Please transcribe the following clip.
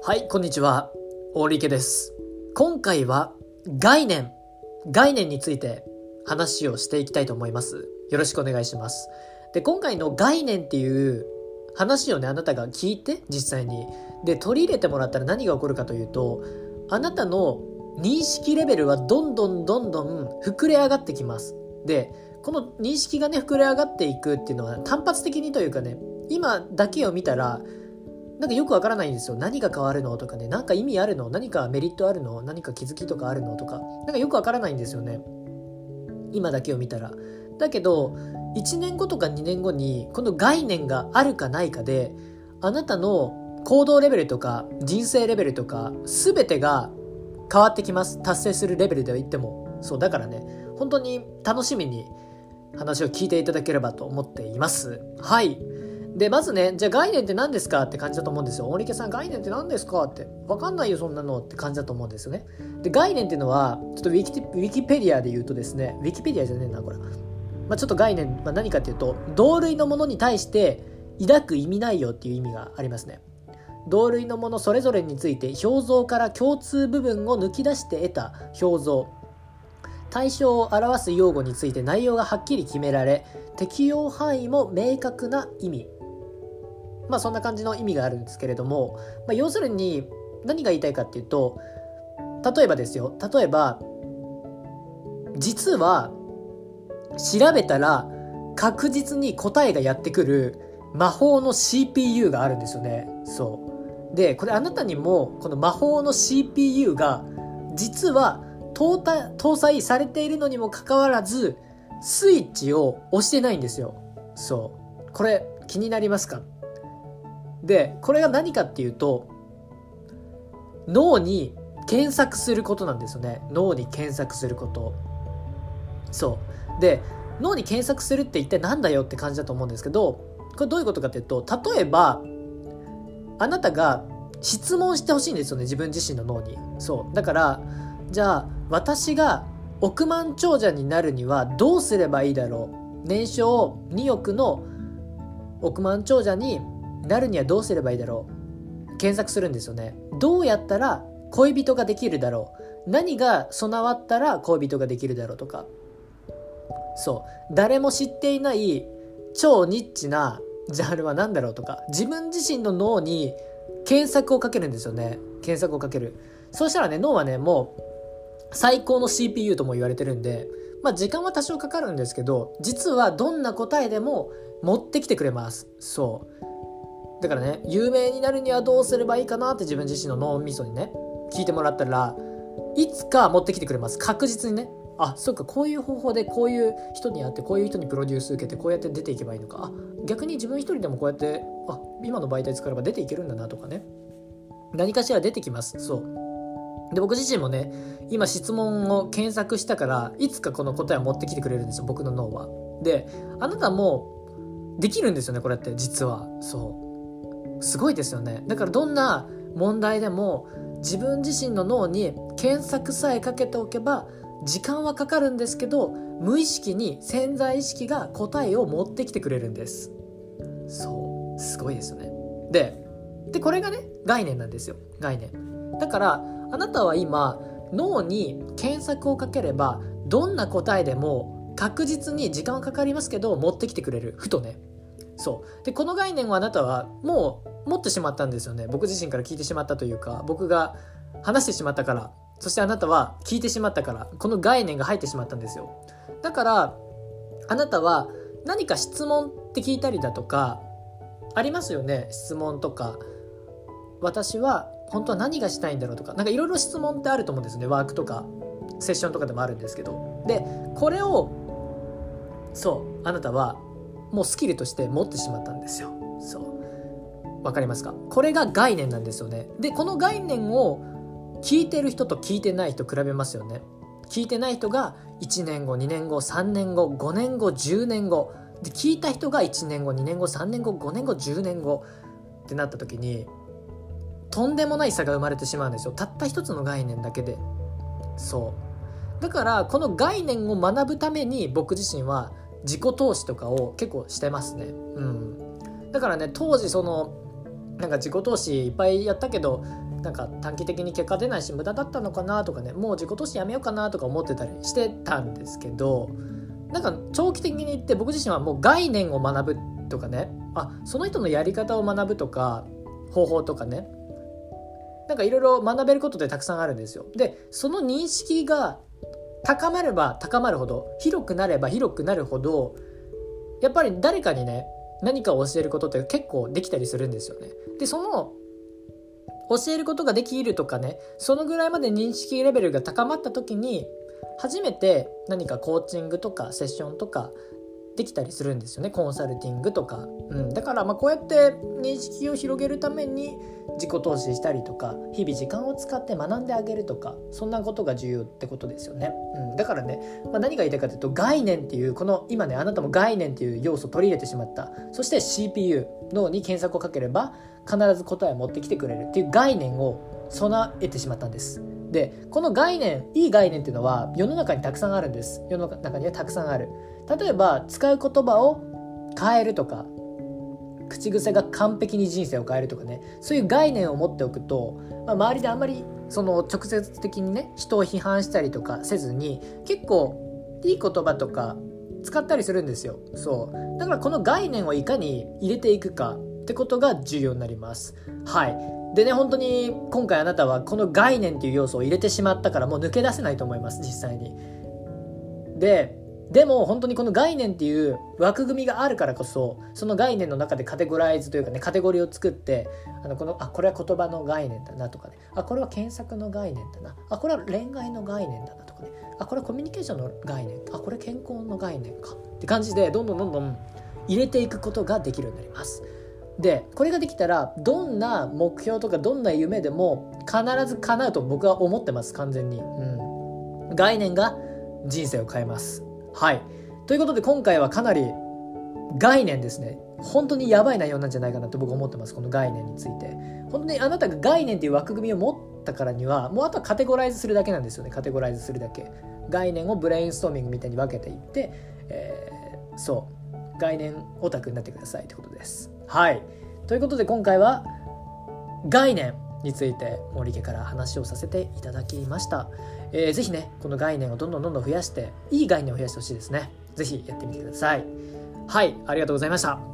はい、こんにちは。大理家です。今回は概念について話をしていきたいと思います。よろしくお願いします。で、今回の概念っていう話をね、あなたが聞いて実際にで取り入れてもらったら何が起こるかというと、あなたの認識レベルはどんどん膨れ上がってきます。で、この認識がね膨れ上がっていくっていうのは単発的にというかね、今だけを見たらなんかよくわからないんですよ。何が変わるのとかね、なんか意味あるの、何かメリットあるの、何か気づきとかあるのとか、なんかよくわからないんですよね。今だけを見たら。だけど、1年後とか2年後に、この概念があるかないかで、あなたの行動レベルとか、人生レベルとか、すべてが変わってきます。達成するレベルでは言っても。そう、だからね、本当に楽しみに話を聞いていただければと思っています。はい。で、まずね、じゃあ概念って何ですかって感じだと思うんですよ。大池さん、概念って何ですかって。わかんないよ、そんなのって感じだと思うんですよね。で、概念っていうのは、ちょっとウィキペディアで言うとですね、ウィキペディアじゃねえな、これ。ちょっと概念、何かっていうと、同類のものに対して抱く意味内容っていう意味がありますね。同類のものそれぞれについて、表像から共通部分を抜き出して得た表像。対象を表す用語について内容がはっきり決められ、適用範囲も明確な意味。そんな感じの意味があるんですけれども、要するに何が言いたいかっていうと、例えば実は調べたら確実に答えがやってくる魔法の CPU があるんですよね。そうで、これあなたにもこの魔法の CPU が実は搭載されているのにもかかわらずスイッチを押してないんですよ。そう、これ気になりますか？で、これが何かっていうと、脳に検索することなんですよね。脳に検索すること。そうで、脳に検索するって一体なんだよって感じだと思うんですけど、これどういうことかっていうと、例えばあなたが質問してほしいんですよね、自分自身の脳に。そうだから、じゃあ私が億万長者になるにはどうすればいいだろう、年商2億の億万長者になるにはどうすればいいだろう、検索するんですよね。どうやったら恋人ができるだろう、何が備わったら恋人ができるだろうとか、そう誰も知っていない超ニッチなジャンルは何だろうとか、自分自身の脳に検索をかけるんですよね。検索をかける。そうしたらね、脳はね、もう最高の CPU とも言われてるんで、時間は多少かかるんですけど、実はどんな答えでも持ってきてくれます。そうだからね、有名になるにはどうすればいいかなって自分自身の脳みそにね聞いてもらったら、いつか持ってきてくれます。確実にね。あ、そうか、こういう方法でこういう人に会って、こういう人にプロデュース受けて、こうやって出ていけばいいのか、逆に自分一人でもこうやって、今の媒体使えば出ていけるんだなとかね、何かしら出てきます。そうで、僕自身もね、今質問を検索したから、いつかこの答えを持ってきてくれるんですよ、僕の脳は。で、あなたもできるんですよね、これって実は。そうすごいですよね。だからどんな問題でも自分自身の脳に検索さえかけておけば、時間はかかるんですけど、無意識に潜在意識が答えを持ってきてくれるんです。そうすごいですよね。でこれがね、概念なんですよ。概念だから、あなたは今脳に検索をかければ、どんな答えでも確実に時間はかかりますけど持ってきてくれる。ふとね。そうで、この概念をあなたはもう持ってしまったんですよね。僕自身から聞いてしまったというか、僕が話してしまったから、そしてあなたは聞いてしまったから、この概念が入ってしまったんですよ。だからあなたは何か質問って聞いたりだとかありますよね。質問とか、私は本当は何がしたいんだろうとか、なんかいろいろ質問ってあると思うんですね。ワークとかセッションとかでもあるんですけど、でこれをあなたはもうスキルとして持ってしまったんですよ。わかりますか？これが概念なんですよね。で、この概念を聞いてる人と聞いてない人比べますよね。聞いてない人が1年後、2年後、3年後、5年後、10年後で、聞いた人が1年後、2年後、3年後、5年後、10年後ってなった時に、とんでもない差が生まれてしまうんですよ。たった一つの概念だけで。だからこの概念を学ぶために僕自身は自己投資とかを結構してますね。だからね、当時なんか自己投資いっぱいやったけどなんか短期的に結果出ないし無駄だったのかなとかね、もう自己投資やめようかなとか思ってたりしてたんですけど、なんか長期的に言って僕自身はもう概念を学ぶとかね、その人のやり方を学ぶとか方法とかね、なんかいろいろ学べることってたくさんあるんですよ。でその認識が高まれば高まるほど、広くなれば広くなるほど、やっぱり誰かにね何かを教えることって結構できたりするんですよね。でその教えることができるとかね、そのぐらいまで認識レベルが高まった時に初めて何かコーチングとかセッションとかできたりするんですよね。コンサルティングとか、だからこうやって認識を広げるために自己投資したりとか、日々時間を使って学んであげるとか、そんなことが重要ってことですよね。だからね、何が言いたいかというと、概念っていう、この今ねあなたも概念っていう要素を取り入れてしまった。そして CPU 脳に検索をかければ必ず答えを持ってきてくれるっていう概念を備えてしまったんです。でこの概念、いい概念っていうのは世の中にたくさんあるんです。世の中にはたくさんある。例えば使う言葉を変えるとか、口癖が完璧に人生を変えるとかね、そういう概念を持っておくと、周りであんまりその直接的にね人を批判したりとかせずに、結構いい言葉とか使ったりするんですよ。そうだからこの概念をいかに入れていくかってことが重要になります。でね、本当に今回あなたはこの概念っていう要素を入れてしまったから、もう抜け出せないと思います、実際に。でも本当にこの概念っていう枠組みがあるからこそ、その概念の中でカテゴライズというかね、カテゴリーを作って、これは言葉の概念だなとかね、これは検索の概念だな、これは恋愛の概念だなとかね、これはコミュニケーションの概念か、これ健康の概念かって感じで、どんどん入れていくことができるようになります。でこれができたら、どんな目標とかどんな夢でも必ず叶うと僕は思ってます。完全に、概念が人生を変えます。ということで今回はかなり概念ですね、本当にやばい内容なんじゃないかなと僕は思ってます。この概念について、本当にあなたが概念っていう枠組みを持ったからには、もうあとはカテゴライズするだけなんですよね。カテゴライズするだけ、概念をブレインストーミングみたいに分けていって、概念オタクになってくださいということです。ということで今回は概念について森家から話をさせていただきました。ぜひねこの概念をどんどん増やして、いい概念を増やしてほしいですね。ぜひやってみてください。ありがとうございました。